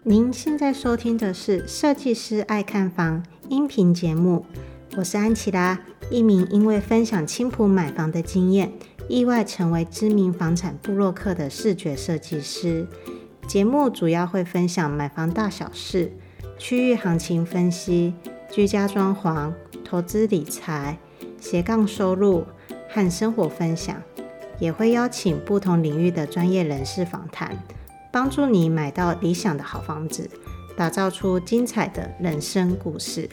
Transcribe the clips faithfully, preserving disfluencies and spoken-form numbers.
您现在收听的是设计师爱看房音频节目，我是安琪拉，一名因为分享青埔买房的经验，意外成为知名房产部落客的视觉设计师。节目主要会分享买房大小事、区域行情分析、居家装潢、投资理财、斜杠收入和生活分享，也会邀请不同领域的专业人士访谈，帮助你买到理想的好房子，打造出精彩的人生故事。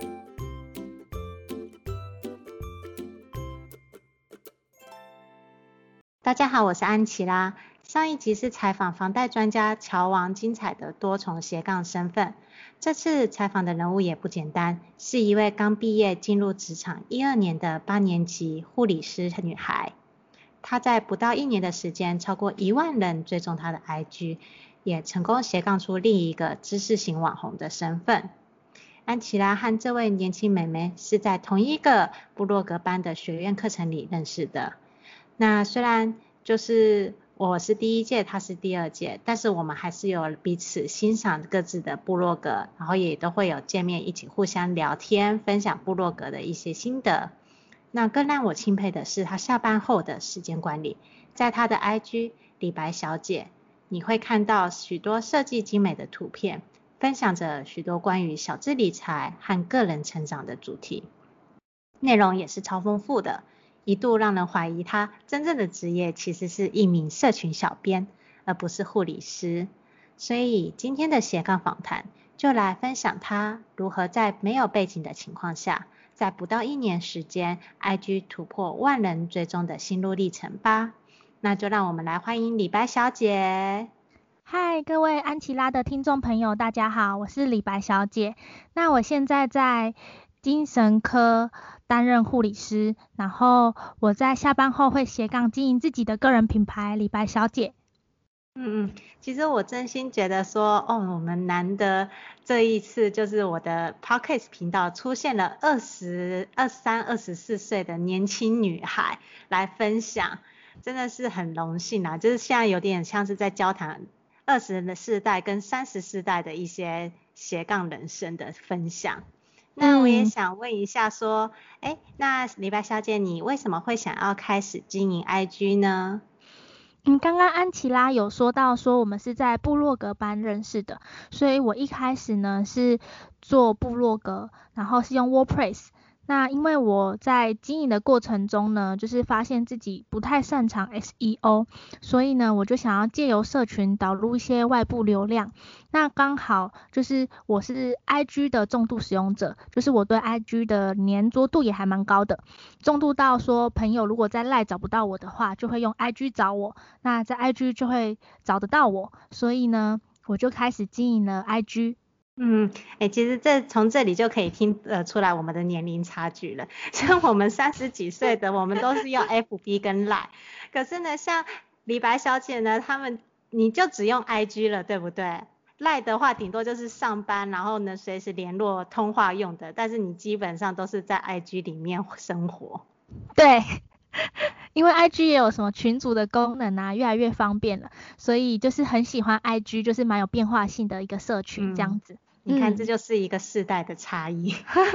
大家好，我是安琪拉。上一集是采访房贷专家乔王精彩的多重斜杠身份，这次采访的人物也不简单，是一位刚毕业进入职场一二年的八年级护理师女孩。她在不到一年的时间，超过一万人追踪她的 I G， 也成功斜杠出另一个知识型网红的身份。安琪拉和这位年轻妹妹是在同一个部落格班的学院课程里认识的。那虽然就是我是第一届，她是第二届，但是我们还是有彼此欣赏各自的部落格，然后也都会有见面，一起互相聊天，分享部落格的一些心得。那更让我钦佩的是她下班后的时间管理，在她的 I G 李白小姐，你会看到许多设计精美的图片，分享着许多关于小资理财和个人成长的主题，内容也是超丰富的，一度让人怀疑她真正的职业其实是一名社群小编，而不是护理师。所以今天的斜杠访谈就来分享她如何在没有背景的情况下，在不到一年时间 I G 突破万人追踪的心路历程吧。那就让我们来欢迎李白小姐。 嗨，各位安琪拉的听众朋友，大家好，我是李白小姐。那我现在在精神科担任护理师，然后我在下班后会斜杠经营自己的个人品牌李白小姐。 嗯嗯，其实我真心觉得说，哦，我们难得这一次就是我的 Podcast 频道出现了二十二三、二十四岁的年轻女孩来分享，真的是很荣幸啊！就是现在有点像是在交谈二十世代跟三十世代的一些斜杠人生的分享。那我也想问一下说，哎、嗯，那李白小姐，你为什么会想要开始经营 I G 呢？ 嗯，刚刚安琪拉有说到说我们是在部落格班认识的，所以我一开始呢是做部落格，然后是用 WordPress。那因为我在经营的过程中呢，就是发现自己不太擅长 S E O， 所以呢我就想要借由社群导入一些外部流量。那刚好就是我是 I G 的重度使用者，就是我对 I G 的黏着度也还蛮高的，重度到说朋友如果在 LINE 找不到我的话，就会用 I G 找我，那在 I G 就会找得到我，所以呢我就开始经营了 I G。 嗯，哎，其实这从这里就可以听得出来我们的年龄差距了。像我们三十几岁的，我们都是用 F B 跟 LINE， 可是呢，像李白小姐呢，他们你就只用 I G 了，对不对？LINE 的话，顶多就是上班，然后呢随时联络通话用的，但是你基本上都是在 I G 里面生活。 对。因为 I G 也有什么群组的功能啊，越来越方便了，所以就是很喜欢 I G， 就是蛮有变化性的一个社群这样子。嗯你看，这就是一个世代的差异。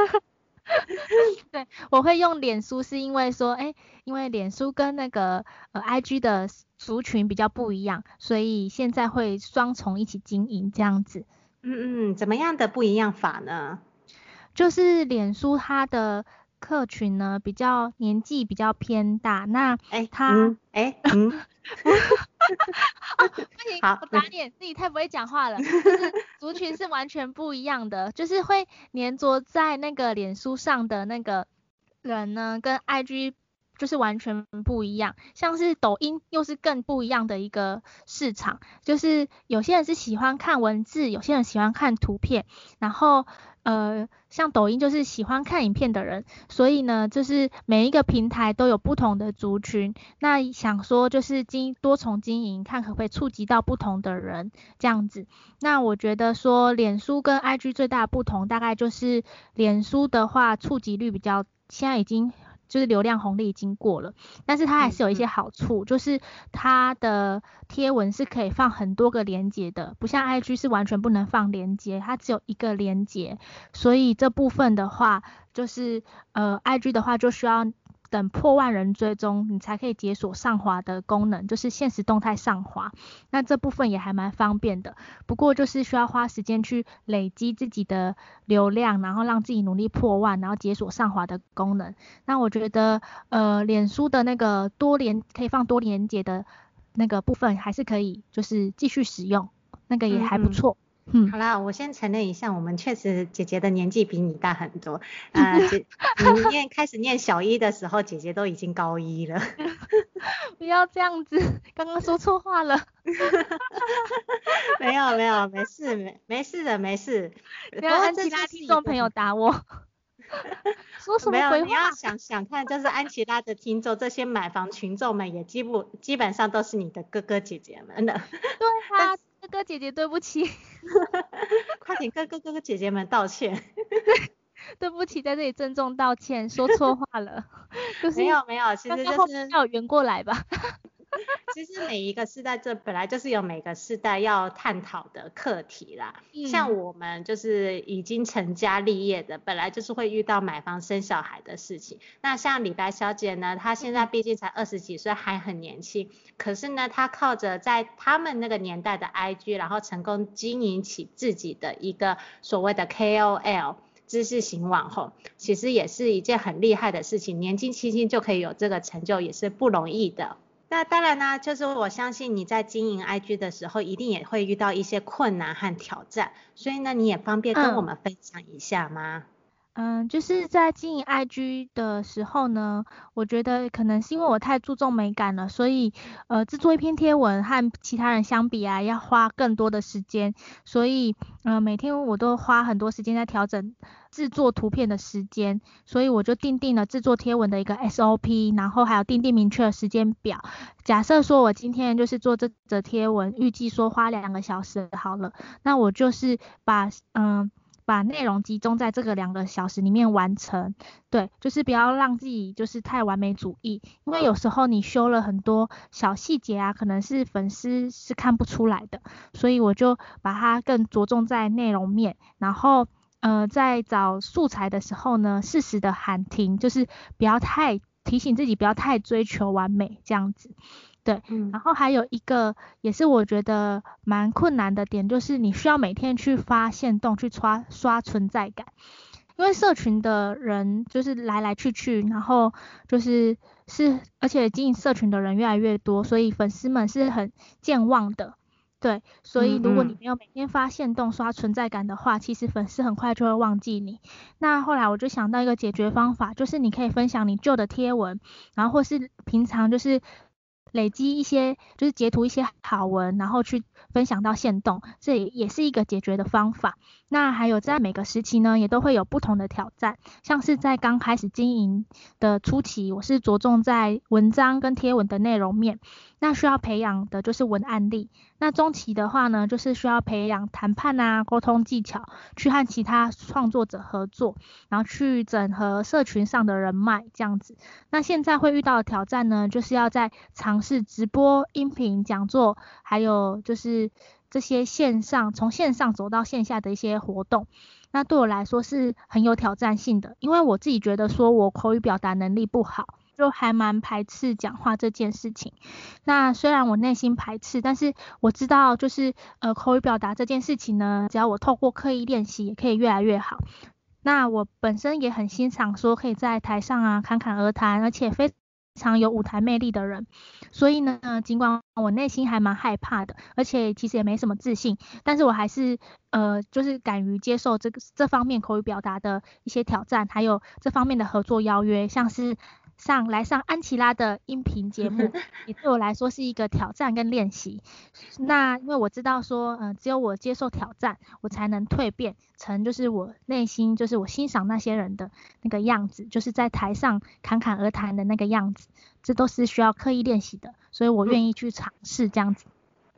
对，我会用脸书是因为说，哎，因为脸书跟那个呃 I G 的族群比较不一样，所以现在会双重一起经营这样子。 嗯嗯，怎么样的不一样法呢？ 就是脸书它的客群呢比较年纪比较偏大，那他哎嗯嗯哦，不行，我打脸，自己太不会讲话了。就是族群是完全不一样的，就是会黏着在那个脸书上的那个人呢，跟 I G 就是完全不一样。像是抖音又是更不一样的一个市场，就是有些人是喜欢看文字，有些人喜欢看图片，然后呃，像抖音就是喜欢看影片的人，所以呢，就是每一个平台都有不同的族群。那想说就是经多重经营，看可不可以触及到不同的人这样子。那我觉得说脸书跟 I G 最大的不同，大概就是脸书的话触及率比较，现在已经就是流量红利已经过了，但是它还是有一些好处，就是它的贴文是可以放很多个连结的，不像 I G 是完全不能放连结，它只有一个连结，所以这部分的话，就是呃 I G 的话就需要等破万人追踪，你才可以解锁上滑的功能，就是限时动态上滑。那这部分也还蛮方便的，不过就是需要花时间去累积自己的流量，然后让自己努力破万，然后解锁上滑的功能。那我觉得呃，脸书的那个多连可以放多连结的那个部分，还是可以就是继续使用，那个也还不错。嗯嗯，好啦，我先承认一下，我们确实姐姐的年纪比你大很多。呃，姐，你念开始念小一的时候，姐姐都已经高一了。 不要这样子，刚刚说错话了。 没有没有，没事没没事的没事。 不要安琪拉听众朋友打我。说什么鬼话？ 没有，你要想想看，就是安琪拉的听众，这些买房群众们也基不基本上都是你的哥哥姐姐们的。 对啊，哥哥姐姐对不起。 快点跟哥哥哥姐姐们道歉。 对不起，在这里郑重道歉，说错话了。就是、 没有没有，其实就是要圆过来吧。 其实每一个世代，这本来就是有每个世代要探讨的课题啦。嗯、像我们就是已经成家立业的，本来就是会遇到买房生小孩的事情。那像李白小姐呢，她现在毕竟才二十几岁，还很年轻，可是呢，她靠着在他们那个年代的 I G， 然后成功经营起自己的一个所谓的 K O L。知识型网红其实也是一件很厉害的事情，年纪轻轻就可以有这个成就，也是不容易的。那当然呢，就是我相信你在经营 I G 的时候，一定也会遇到一些困难和挑战，所以呢，你也方便跟我们分享一下吗？ 嗯，就是在经营 I G 的时候呢，我觉得可能是因为我太注重美感了，所以呃制作一篇贴文和其他人相比啊，要花更多的时间，所以呃每天我都花很多时间在调整制作图片的时间，所以我就订定了制作贴文的一个 S O P， 然后还有订定明确的时间表。假设说我今天就是做这则贴文，预计说花两个小时好了，那我就是把嗯。把内容集中在这个两个小时里面完成，对，就是不要让自己就是太完美主义，因为有时候你修了很多小细节啊，可能是粉丝是看不出来的，所以我就把它更着重在内容面，然后呃在找素材的时候呢，适时的喊停，就是不要太提醒自己不要太追求完美这样子。对，嗯，然后还有一个也是我觉得蛮困难的点，就是你需要每天去发限动，去刷刷存在感，因为社群的人就是来来去去，然后就是是而且经营社群的人越来越多，所以粉丝们是很健忘的。对，所以如果你没有每天发限动刷存在感的话，其实粉丝很快就会忘记你。那后来我就想到一个解决方法，就是你可以分享你旧的贴文，然后或是平常就是累积一些就是截图一些好文，然后去分享到限动，这也是一个解决的方法。那还有在每个时期呢，也都会有不同的挑战，像是在刚开始经营的初期，我是着重在文章跟贴文的内容面，那需要培养的就是文案力。那中期的话呢，就是需要培养谈判啊、沟通技巧，去和其他创作者合作，然后去整合社群上的人脉这样子。那现在会遇到的挑战呢，就是要在尝试直播、音频、讲座，还有就是这些线上从线上走到线下的一些活动。那对我来说是很有挑战性的，因为我自己觉得说我口语表达能力不好，就还蛮排斥讲话这件事情。那虽然我内心排斥，但是我知道就是呃口语表达这件事情呢，只要我透过刻意练习也可以越来越好。那我本身也很欣赏说可以在台上啊侃侃而谈，而且非常有舞台魅力的人，所以呢尽管我内心还蛮害怕的，而且其实也没什么自信，但是我还是呃就是敢于接受这个这方面口语表达的一些挑战，还有这方面的合作邀约，像是上来上安琪拉的音频节目，也对我来说是一个挑战跟练习。那因为我知道说，呃，只有我接受挑战，我才能蜕变成就是我内心就是我欣赏那些人的那个样子，就是在台上侃侃而谈的那个样子，这都是需要刻意练习的，所以我愿意去尝试这样子。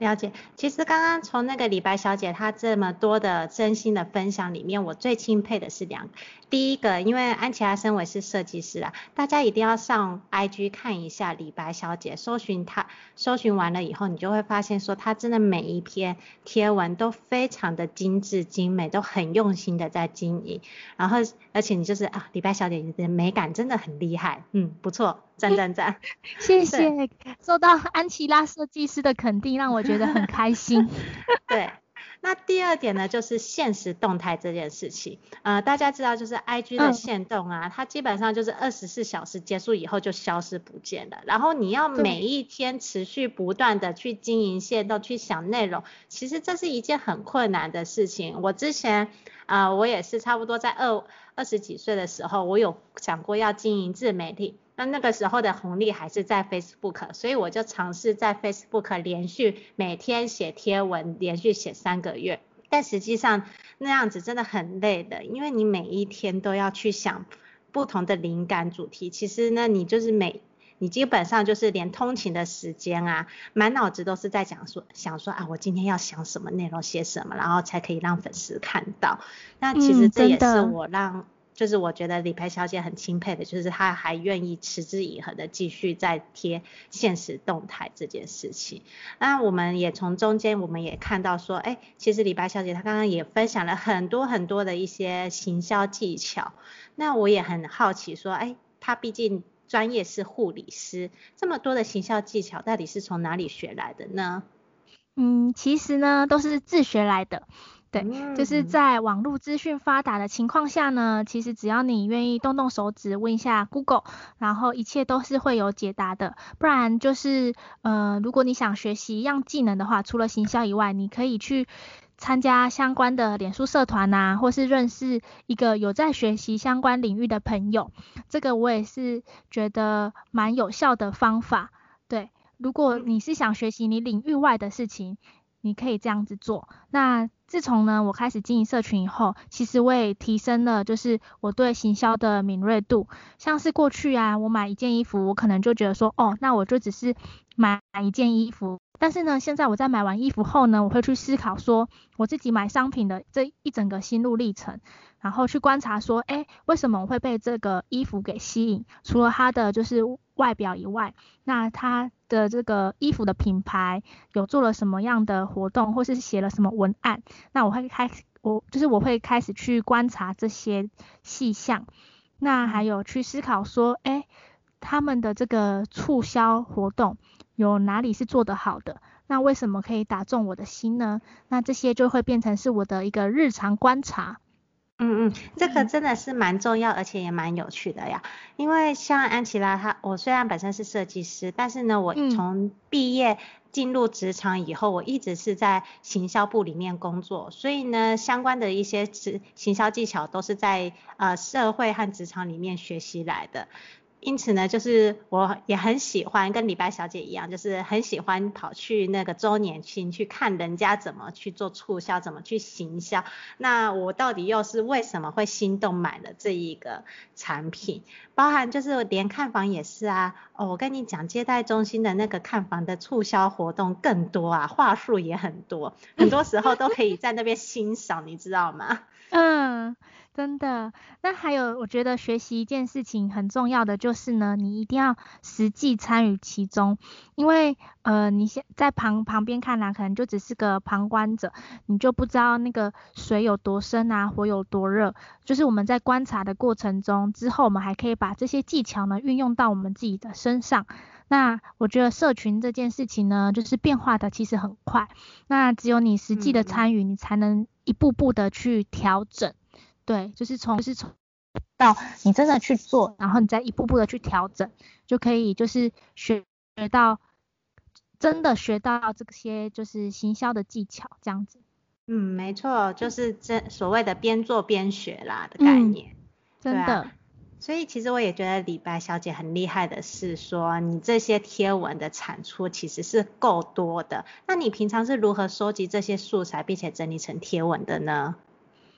了解，其实刚刚从那个李白小姐她这么多的真心的分享里面，我最钦佩的是两个。第一个，因为安琪拉身为是设计师啊，大家一定要上 I G 看一下李白小姐，搜寻她，搜寻完了以后，你就会发现说她真的每一篇贴文都非常的精致精美，都很用心的在经营。然后，而且你就是啊，李白小姐你的美感真的很厉害，嗯，不错，赞赞赞。 谢谢，受到安琪拉设计师的肯定，让我觉得很开心。 对，那第二点呢，就是限时动态这件事情。呃，大家知道，就是 I G 的限动啊，嗯、它基本上就是二十四小时结束以后就消失不见了。然后你要每一天持续不断的去经营限动，去想内容，其实这是一件很困难的事情。我之前啊、呃，我也是差不多在二二十几岁的时候，我有想过要经营自媒体。那那个时候的红利还是在 Facebook， 所以我就尝试在 Facebook 连续每天写贴文，连续写三个月。但实际上那样子真的很累的，因为你每一天都要去想不同的灵感主题。其实呢，你就是每你基本上就是连通勤的时间啊，满脑子都是在讲说想说啊，我今天要想什么内容写什么，然后才可以让粉丝看到。那其实这也是我让。嗯就是我觉得李白小姐很钦佩的，就是她还愿意持之以恒的继续在贴限时动态这件事情。那我们也从中间我们也看到说，哎，其实李白小姐她刚刚也分享了很多很多的一些行销技巧。那我也很好奇说，哎，她毕竟专业是护理师，这么多的行销技巧到底是从哪里学来的呢？ 嗯，其实呢都是自学来的。对，就是在网络资讯发达的情况下呢，其实只要你愿意动动手指问一下 Google， 然后一切都是会有解答的。不然就是呃，如果你想学习一样技能的话，除了行销以外，你可以去参加相关的脸书社团啊，或是认识一个有在学习相关领域的朋友，这个我也是觉得蛮有效的方法。对，如果你是想学习你领域外的事情，你可以这样子做。那自从呢我开始经营社群以后，其实我也提升了就是我对行销的敏锐度。像是过去啊，我买一件衣服，我可能就觉得说，哦，那我就只是买一件衣服。但是呢，现在我在买完衣服后呢，我会去思考说，我自己买商品的这一整个心路历程，然后去观察说，哎，为什么我会被这个衣服给吸引？除了它的就是外表以外，那它的这个衣服的品牌有做了什么样的活动，或是写了什么文案？那我会开我就是我会开始去观察这些细项，那还有去思考说，哎，他们的这个促销活动有哪里是做得好的？那为什么可以打中我的心呢？那这些就会变成是我的一个日常观察。 嗯嗯，这个真的是蛮重要，而且也蛮有趣的呀。因为像安琪拉她，我虽然本身是设计师，但是呢，我从毕业进入职场以后，我一直是在行销部里面工作，所以呢，相关的一些职行销技巧都是在呃社会和职场里面学习来的。因此呢，就是我也很喜欢跟李白小姐一样，就是很喜欢跑去那个周年庆去看人家怎么去做促销，怎么去行销。那我到底又是为什么会心动买了这一个产品？包含就是连看房也是啊。哦，我跟你讲，接待中心的那个看房的促销活动更多啊，话术也很多，很多时候都可以在那边欣赏，你知道吗？ 嗯。真的，那还有，我觉得学习一件事情很重要的就是呢，你一定要实际参与其中，因为呃，你现在旁旁边看啦、啊，可能就只是个旁观者，你就不知道那个水有多深啊，火有多热。就是我们在观察的过程中，之后我们还可以把这些技巧呢运用到我们自己的身上。那我觉得社群这件事情呢，就是变化的其实很快，那只有你实际的参与，你才能一步步的去调整。对，就是从就是从到你真的去做，然后你再一步步的去调整，就可以就是学学到真的学到这些就是行销的技巧这样子。 嗯，没错，就是真所谓的边做边学啦的概念。嗯、 真的。 对啊，所以其实我也觉得李白小姐很厉害的是说，你这些贴文的产出其实是够多的。那你平常是如何收集这些素材，并且整理成贴文的呢？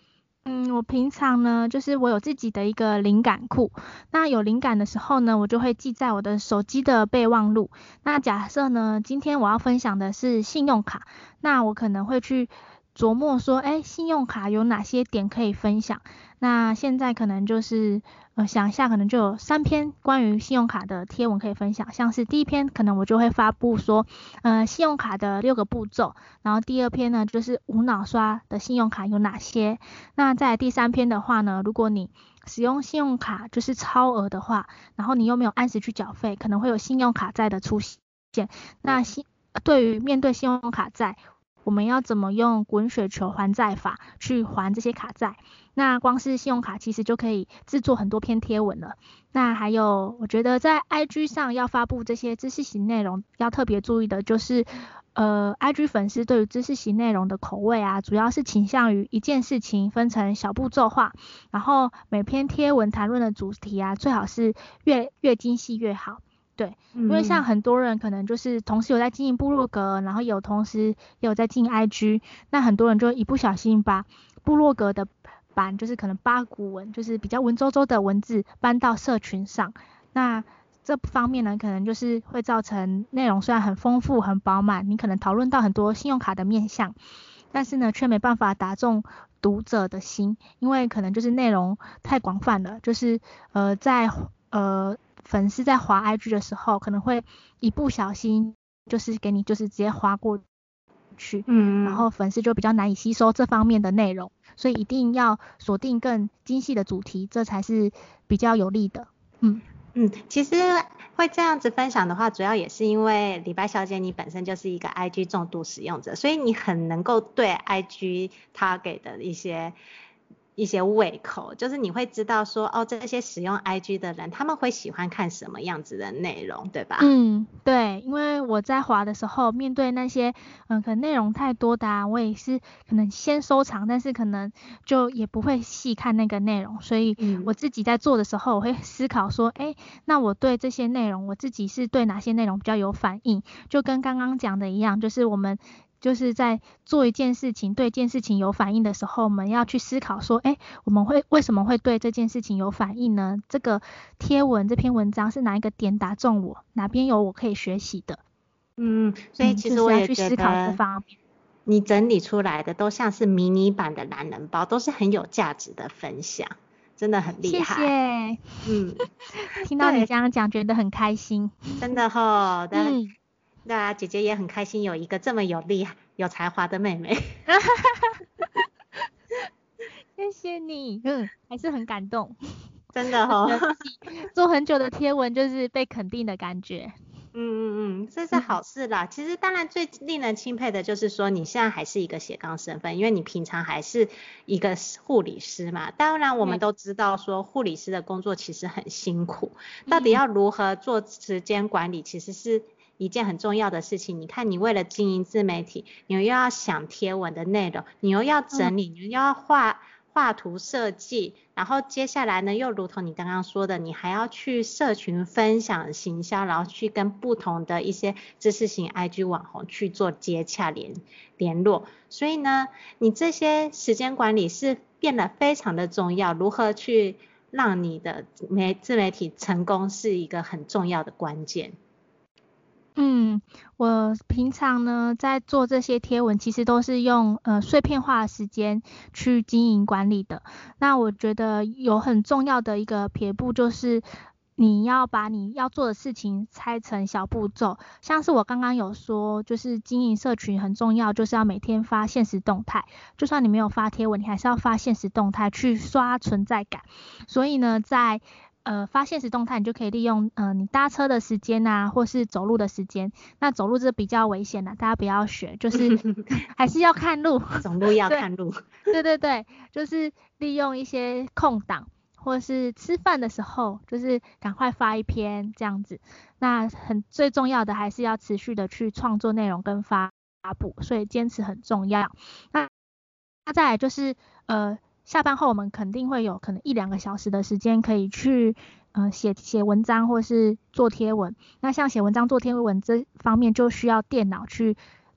嗯，我平常呢，就是我有自己的一个灵感库。那有灵感的时候呢，我就会记在我的手机的备忘录。那假设呢，今天我要分享的是信用卡，那我可能会去琢磨说，哎，信用卡有哪些点可以分享？那现在可能就是呃想一下，可能就有三篇关于信用卡的贴文可以分享。像是第一篇，可能我就会发布说，呃，信用卡的六个步骤。然后第二篇呢，就是无脑刷的信用卡有哪些。那在第三篇的话呢，如果你使用信用卡就是超额的话，然后你又没有按时去缴费，可能会有信用卡债的出现。那信对于面对信用卡债，我们要怎么用滚雪球还债法去还这些卡债？那光是信用卡其实就可以制作很多篇贴文了。那还有，我觉得在 I G 上要发布这些知识型内容，要特别注意的就是，呃 ，I G 粉丝对于知识型内容的口味啊，主要是倾向于一件事情分成小步骤化，然后每篇贴文谈论的主题啊，最好是越越精细越好。对，因为像很多人可能就是同时有在经营部落格，然后有同时也有在经营 I G， 那很多人就一不小心把部落格的版就是可能八股文，就是比较文绉绉的文字搬到社群上，那这方面呢，可能就是会造成内容虽然很丰富很饱满，你可能讨论到很多信用卡的面向，但是呢却没办法打中读者的心，因为可能就是内容太广泛了，就是呃在呃粉丝在滑 I G 的时候，可能会一不小心就是给你就是直接滑过去，嗯，然后粉丝就比较难以吸收这方面的内容，所以一定要锁定更精细的主题，这才是比较有利的。嗯嗯，其实会这样子分享的话，主要也是因为李白小姐你本身就是一个 I G 重度使用者，所以你很能够对 I G target 的一些一些胃口，就是你会知道说，哦，这些使用 I G 的人，他们会喜欢看什么样子的内容，对吧？ 嗯，对，因为我在滑的时候，面对那些嗯可能内容太多的啊，我也是可能先收藏，但是可能就也不会细看那个内容，所以我自己在做的时候，我会思考说，哎，那我对这些内容，我自己是对哪些内容比较有反应？就跟刚刚讲的一样，就是我们就是在做一件事情，对一件事情有反应的时候，我们要去思考说，哎，我们会为什么会对这件事情有反应呢？这个贴文这篇文章是哪一个点打中我，哪边有我可以学习的？ 嗯，所以其实我也觉得， 嗯就是、要去思考这方面。 你整理出来的都像是迷你版的懒人包，都是很有价值的分享，真的很厉害。 谢谢。嗯，听到你这样讲，觉得很开心。 真的齁，嗯。那姐姐也很开心有一个这么有厉害、有才华的妹妹。 谢谢你，嗯，还是很感动。 真的齁， 做很久的贴文就是被肯定的感觉。 嗯嗯嗯，这是好事啦。嗯、其实当然最令人钦佩的就是说你现在还是一个斜杠身份，因为你平常还是一个护理师嘛。当然我们都知道说护理师的工作其实很辛苦，到底要如何做时间管理，其实是一件很重要的事情。你看你为了经营自媒体，你又要想贴文的内容，你又要整理，嗯、你又要画画图设计，然后接下来呢又如同你刚刚说的，你还要去社群分享行销，然后去跟不同的一些知识型 I G 网红去做接洽联联络，所以呢你这些时间管理是变得非常的重要，如何去让你的媒自媒体成功是一个很重要的关键。 嗯，我平常呢在做这些贴文，其实都是用呃碎片化的时间去经营管理的。那我觉得有很重要的一个撇步就是，你要把你要做的事情拆成小步骤。像是我刚刚有说，就是经营社群很重要，就是要每天发限时动态。就算你没有发贴文，你还是要发限时动态去刷存在感。所以呢，在呃，发限时动态，你就可以利用呃你搭车的时间啊，或是走路的时间。那走路这比较危险啦，大家不要学，就是还是要看路。 走路要看路。 对对对，就是利用一些空档，或是吃饭的时候，就是赶快发一篇这样子。那很最重要的还是要持续的去创作内容跟发布，所以坚持很重要。那那再来就是呃。下班后我们肯定会有可能一两个小时的时间可以去呃写写文章或是做贴文。那像写文章做贴文这方面就需要电脑去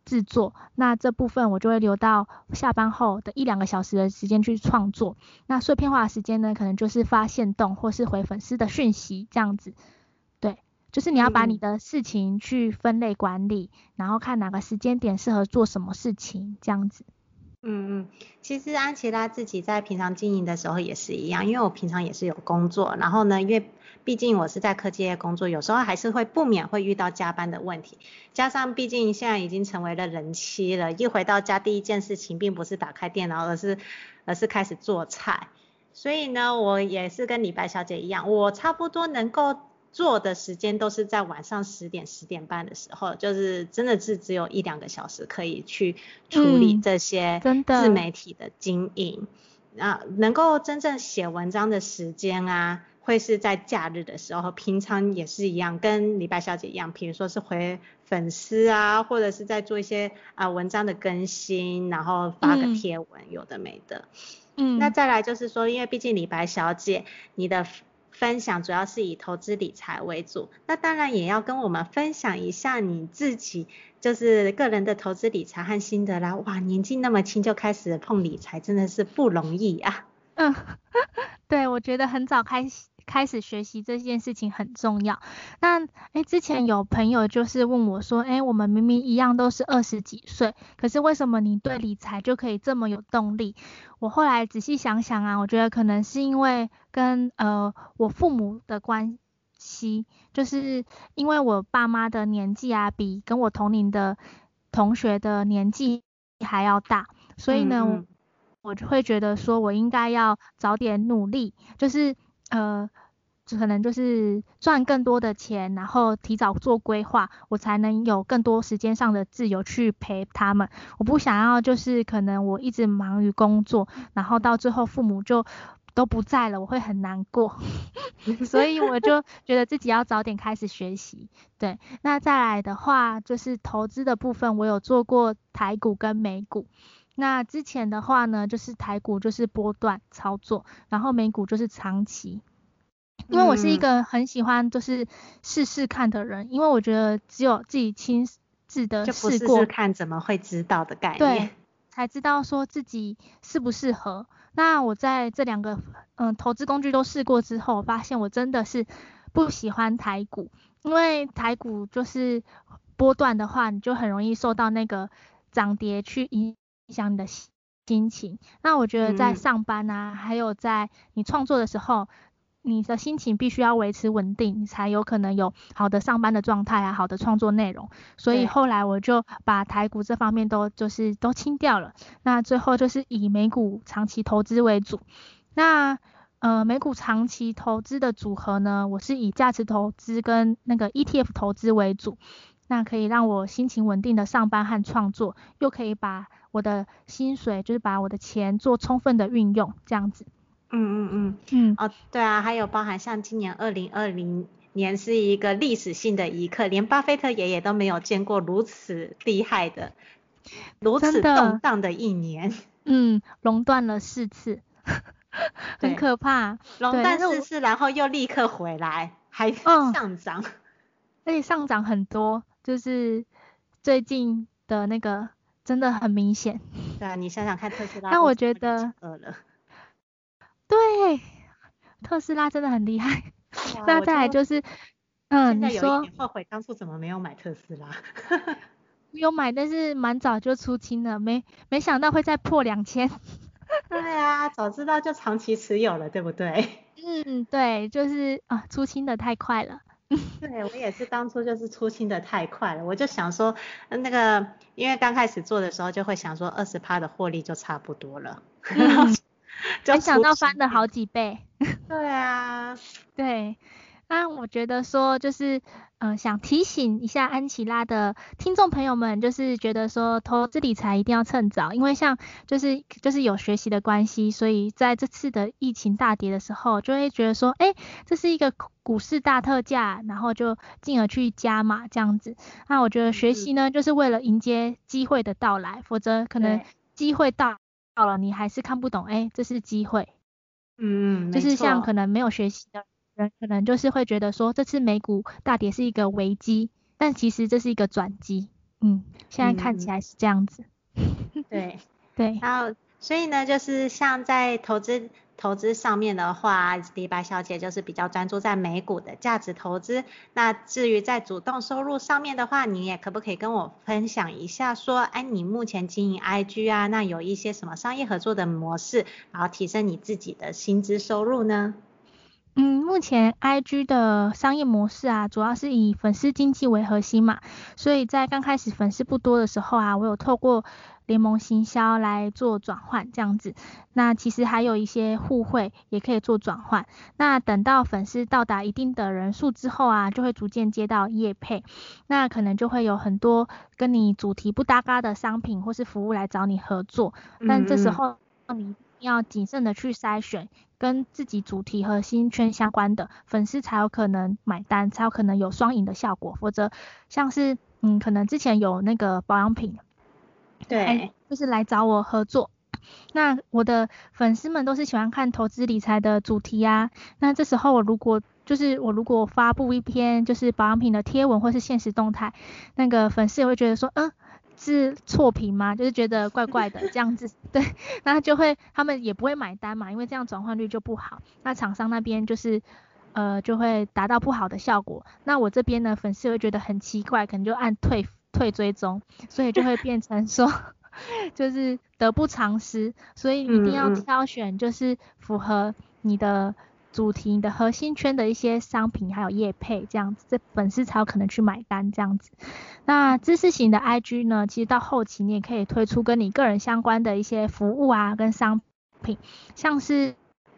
制作，那这部分我就会留到下班后的一两个小时的时间去创作。那碎片化的时间呢，可能就是发限动或是回粉丝的讯息这样子。对，就是你要把你的事情去分类管理，嗯、然后看哪个时间点适合做什么事情这样子。 嗯嗯，其实安琪拉自己在平常经营的时候也是一样，因为我平常也是有工作，然后呢，因为毕竟我是在科技业工作，有时候还是会不免会遇到加班的问题，加上毕竟现在已经成为了人妻了，一回到家第一件事情并不是打开电脑，而是而是开始做菜，所以呢，我也是跟李白小姐一样，我差不多能够做的时间都是在晚上十点十点半的时候，就是真的是只有一两个小时可以去处理这些自媒体的经营，嗯、啊，能够真正写文章的时间啊，会是在假日的时候，平常也是一样，跟李白小姐一样，比如说是回粉丝啊，或者是在做一些啊文章的更新，然后发个贴文，嗯、有的没的。嗯，那再来就是说，因为毕竟李白小姐你的分享主要是以投资理财为主，那当然也要跟我们分享一下你自己就是个人的投资理财和心得啦。哇，年纪那么轻就开始碰理财，真的是不容易啊。 嗯，对，我觉得很早开始开始学习这件事情很重要。那哎，之前有朋友就是问我说，哎，我们明明一样都是二十几岁，可是为什么你对理财就可以这么有动力？我后来仔细想想啊，我觉得可能是因为跟呃我父母的关系，就是因为我爸妈的年纪啊，比跟我同龄的同学的年纪还要大，所以呢，嗯嗯我就会觉得说我应该要早点努力，就是呃。可能就是赚更多的钱，然后提早做规划，我才能有更多时间上的自由去陪他们。我不想要就是可能我一直忙于工作，然后到最后父母就都不在了，我会很难过。所以我就觉得自己要早点开始学习。对，那再来的话就是投资的部分，我有做过台股跟美股。那之前的话呢，就是台股就是波段操作，然后美股就是长期。因为我是一个很喜欢就是试试看的人，因为我觉得只有自己亲自的试过， 就不试试看怎么会知道的概念， 对，才知道说自己适不适合。那我在这两个嗯投资工具都试过之后，发现我真的是不喜欢台股，因为台股就是波段的话，你就很容易受到那个涨跌去影响你的心情。那我觉得在上班啊，嗯、还有在你创作的时候，你的心情必须要维持稳定，你才有可能有好的上班的状态啊，好的创作内容。所以后来我就把台股这方面都就是都清掉了。那最后就是以美股长期投资为主。那呃美股长期投资的组合呢，我是以价值投资跟那个 E T F 投资为主。那可以让我心情稳定的上班和创作，又可以把我的薪水，就是把我的钱做充分的运用，这样子。 嗯嗯嗯嗯，哦对啊，还有包含像今年二零二零年是一个历史性的一刻，连巴菲特爷爷都没有见过如此厉害的、如此动荡的一年。 嗯，垄断了四次，很可怕。 垄断四次，然后又立刻回来，还上涨、嗯， 而且上涨很多，就是最近的那个真的很明显。 对啊，你想想看特斯拉， 那我觉得。对，特斯拉真的很厉害。那再来就是，嗯， 现在有一点后悔当初怎么没有买特斯拉。 有买，但是蛮早就出清了，没没想到会再破两千。 对啊，早知道就长期持有了，对不对？ 嗯，对，就是啊，出清的太快了。 对，我也是当初就是出清的太快了，我就想说，那个因为刚开始做的时候就会想说二十趴的获利就差不多了。 嗯没想到翻了好几倍。 对啊， 对，那我觉得说就是，嗯、呃，想提醒一下安琪拉的听众朋友们，就是觉得说投资理财一定要趁早，因为像就是就是有学习的关系，所以在这次的疫情大跌的时候，就会觉得说，哎，这是一个股市大特价，然后就进而去加码这样子。那我觉得学习呢，就是为了迎接机会的到来，否则可能机会到。到了你还是看不懂，哎，这是机会。 嗯嗯， 就是像可能没有学习的人，可能就是会觉得说这次美股大跌是一个危机，但其实这是一个转机。 嗯，现在看起来是这样子。 嗯、对对。 然后所以呢，就是像在投资投资上面的话，李白小姐就是比较专注在美股的价值投资。那至于在主动收入上面的话，你也可不可以跟我分享一下说，哎，你目前经营 I G 啊，那有一些什么商业合作的模式，然后提升你自己的薪资收入呢？ 嗯，目前 I G 的商业模式啊，主要是以粉丝经济为核心嘛，所以在刚开始粉丝不多的时候啊，我有透过联盟行销来做转换这样子。那其实还有一些互惠也可以做转换。那等到粉丝到达一定的人数之后啊，就会逐渐接到业配，那可能就会有很多跟你主题不搭嘎的商品或是服务来找你合作，但这时候你要谨慎的去筛选跟自己主题核心圈相关的粉丝，才有可能买单，才有可能有双赢的效果。否则像是嗯，可能之前有那个保养品， 对， 就是来找我合作，那我的粉丝们都是喜欢看投资理财的主题啊，那这时候我如果就是我如果发布一篇就是保养品的贴文或是限时动态，那个粉丝也会觉得说，嗯。是错评吗？就是觉得怪怪的这样子，对，那就会他们也不会买单嘛，因为这样转换率就不好。那厂商那边就是呃就会达到不好的效果。那我这边呢，粉丝会觉得很奇怪，可能就按退退追踪，所以就会变成说就是得不偿失。所以一定要挑选就是符合你的主题、你的核心圈的一些商品，还有业配这样子，这粉丝才有可能去买单这样子。那知识型的 I G 呢，其实到后期你也可以推出跟你个人相关的一些服务啊，跟商品，像是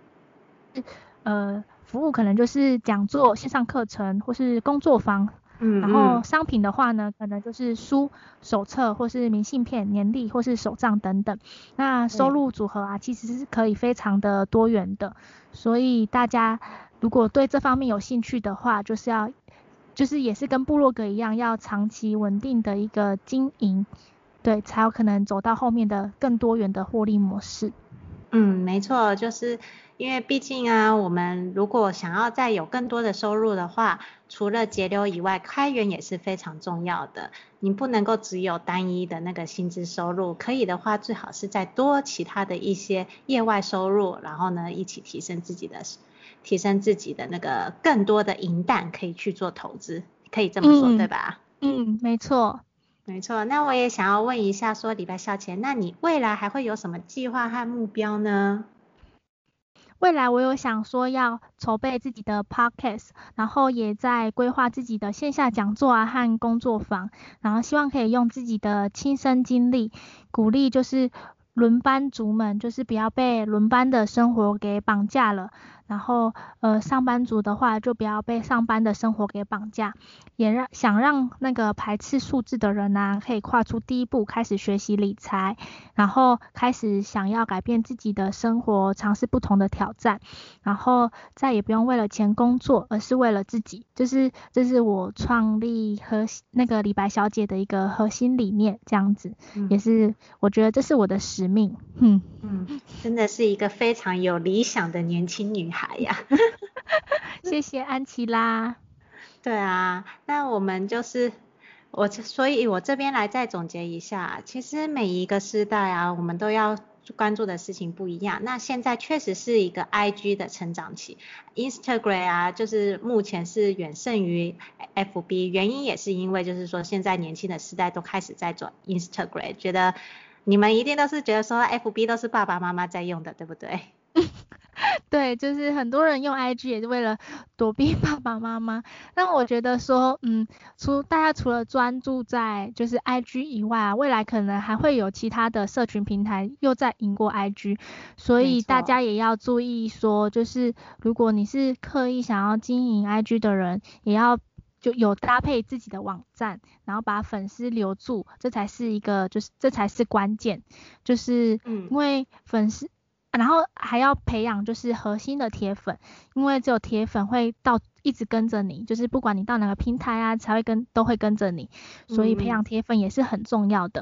呃服务可能就是讲座、线上课程或是工作坊。 嗯， 然后商品的话呢，可能就是书、手册或是明信片、年历或是手账等等。那收入组合啊，其实是可以非常的多元的。所以大家如果对这方面有兴趣的话，就是要就是也是跟部落格一样，要长期稳定的一个经营，对，才有可能走到后面的更多元的获利模式。 嗯，没错，就是因为毕竟啊，我们如果想要再有更多的收入的话，除了节流以外，开源也是非常重要的。你不能够只有单一的那个薪资收入，可以的话，最好是再多其他的一些业外收入，然后呢，一起提升自己的提升自己的那个更多的银弹，可以去做投资，可以这么说， 嗯、 对吧？ 嗯，没错。 没错，那我也想要问一下，说李白小姐，那你未来还会有什么计划和目标呢？ 未来我有想说要筹备自己的 podcast， 然后也在规划自己的线下讲座啊和工作坊，然后希望可以用自己的亲身经历，鼓励就是轮班族们，就是不要被轮班的生活给绑架了。然后呃上班族的话就不要被上班的生活给绑架，也让想让那个排斥数字的人啊，可以跨出第一步，开始学习理财，然后开始想要改变自己的生活，尝试不同的挑战，然后再也不用为了钱工作，而是为了自己。就是这是我创立和那个李白小姐的一个核心理念，这样子，嗯、也是我觉得这是我的使命。嗯嗯，真的是一个非常有理想的年轻女孩呀。 谢谢安琪拉。 对啊，那我们就是我，所以我这边来再总结一下，其实每一个时代啊，我们都要关注的事情不一样。那现在确实是一个 I G 的成长期 ，Instagram 啊，就是目前是远胜于 F B， 原因也是因为就是说现在年轻的时代都开始在做 Instagram， 觉得你们一定都是觉得说 F B 都是爸爸妈妈在用的，对不对？ 对，就是很多人用 I G 也是为了躲避爸爸妈妈。但我觉得说，嗯，除大家除了专注在就是 I G 以外啊，未来可能还会有其他的社群平台又再赢过 I G， 所以大家也要注意说，就是如果你是刻意想要经营 I G 的人，也要就有搭配自己的网站，然后把粉丝留住，这才是一个就是这才是关键，就是因为粉丝。然后还要培养就是核心的铁粉，因为只有铁粉会到一直跟着你，就是不管你到哪个平台啊，才会跟都会跟着你，所以培养铁粉也是很重要的。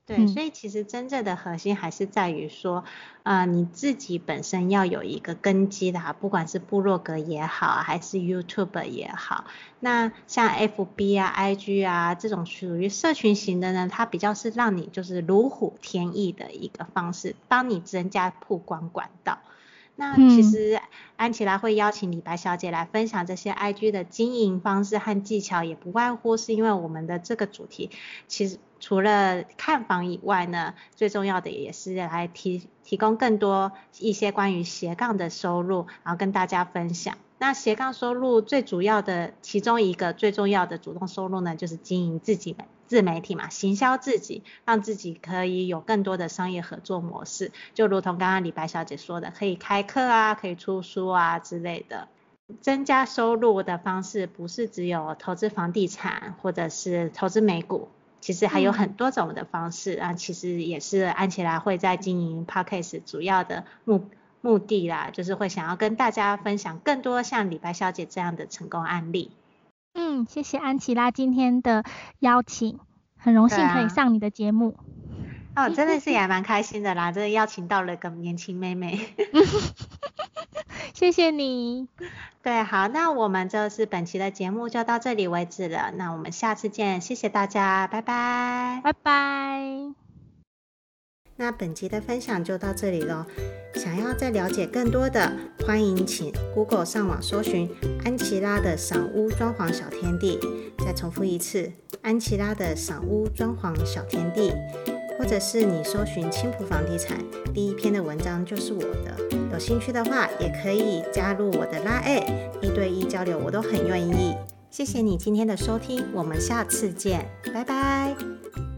对、 嗯、 所以其实真正的核心还是在于说呃，你自己本身要有一个根基的，不管是部落格也好还是 YouTube 也好。那像 F B 啊 I G 啊这种属于社群型的呢，它比较是让你就是如虎添翼的一个方式，帮你增加曝光管道。那其实安琪拉会邀请李白小姐来分享这些 I G 的经营方式和技巧，也不外乎是因为我们的这个主题其实除了看房以外呢，最重要的也是来提提供更多一些关于斜杠的收入，然后跟大家分享。那斜杠收入最主要的其中一个最重要的主动收入呢，就是经营自己自媒体嘛，行销自己，让自己可以有更多的商业合作模式，就如同刚刚李白小姐说的，可以开课啊，可以出书啊之类的。增加收入的方式不是只有投资房地产或者是投资美股，其实还有很多种的方式、嗯、啊，其实也是安琪拉会在经营 Podcast 主要的目目的啦，就是会想要跟大家分享更多像李白小姐这样的成功案例。 嗯，谢谢安琪拉今天的邀请，很荣幸可以上你的节目。 哦，真的是也蛮开心的啦，真的邀请到了个年轻妹妹。 谢谢你。 对，好，那我们就是本期的节目就到这里为止了，那我们下次见，谢谢大家，拜拜。 拜拜。 那本集的分享就到这里咯，想要再了解更多的，欢迎请 Google 上网搜寻安琪拉的赏屋装潢小天地，再重复一次，安琪拉的赏屋装潢小天地，或者是你搜寻青埔房地产，第一篇的文章就是我的，有兴趣的话也可以加入我的拉 A， 一对一交流我都很愿意。谢谢你今天的收听，我们下次见，拜拜。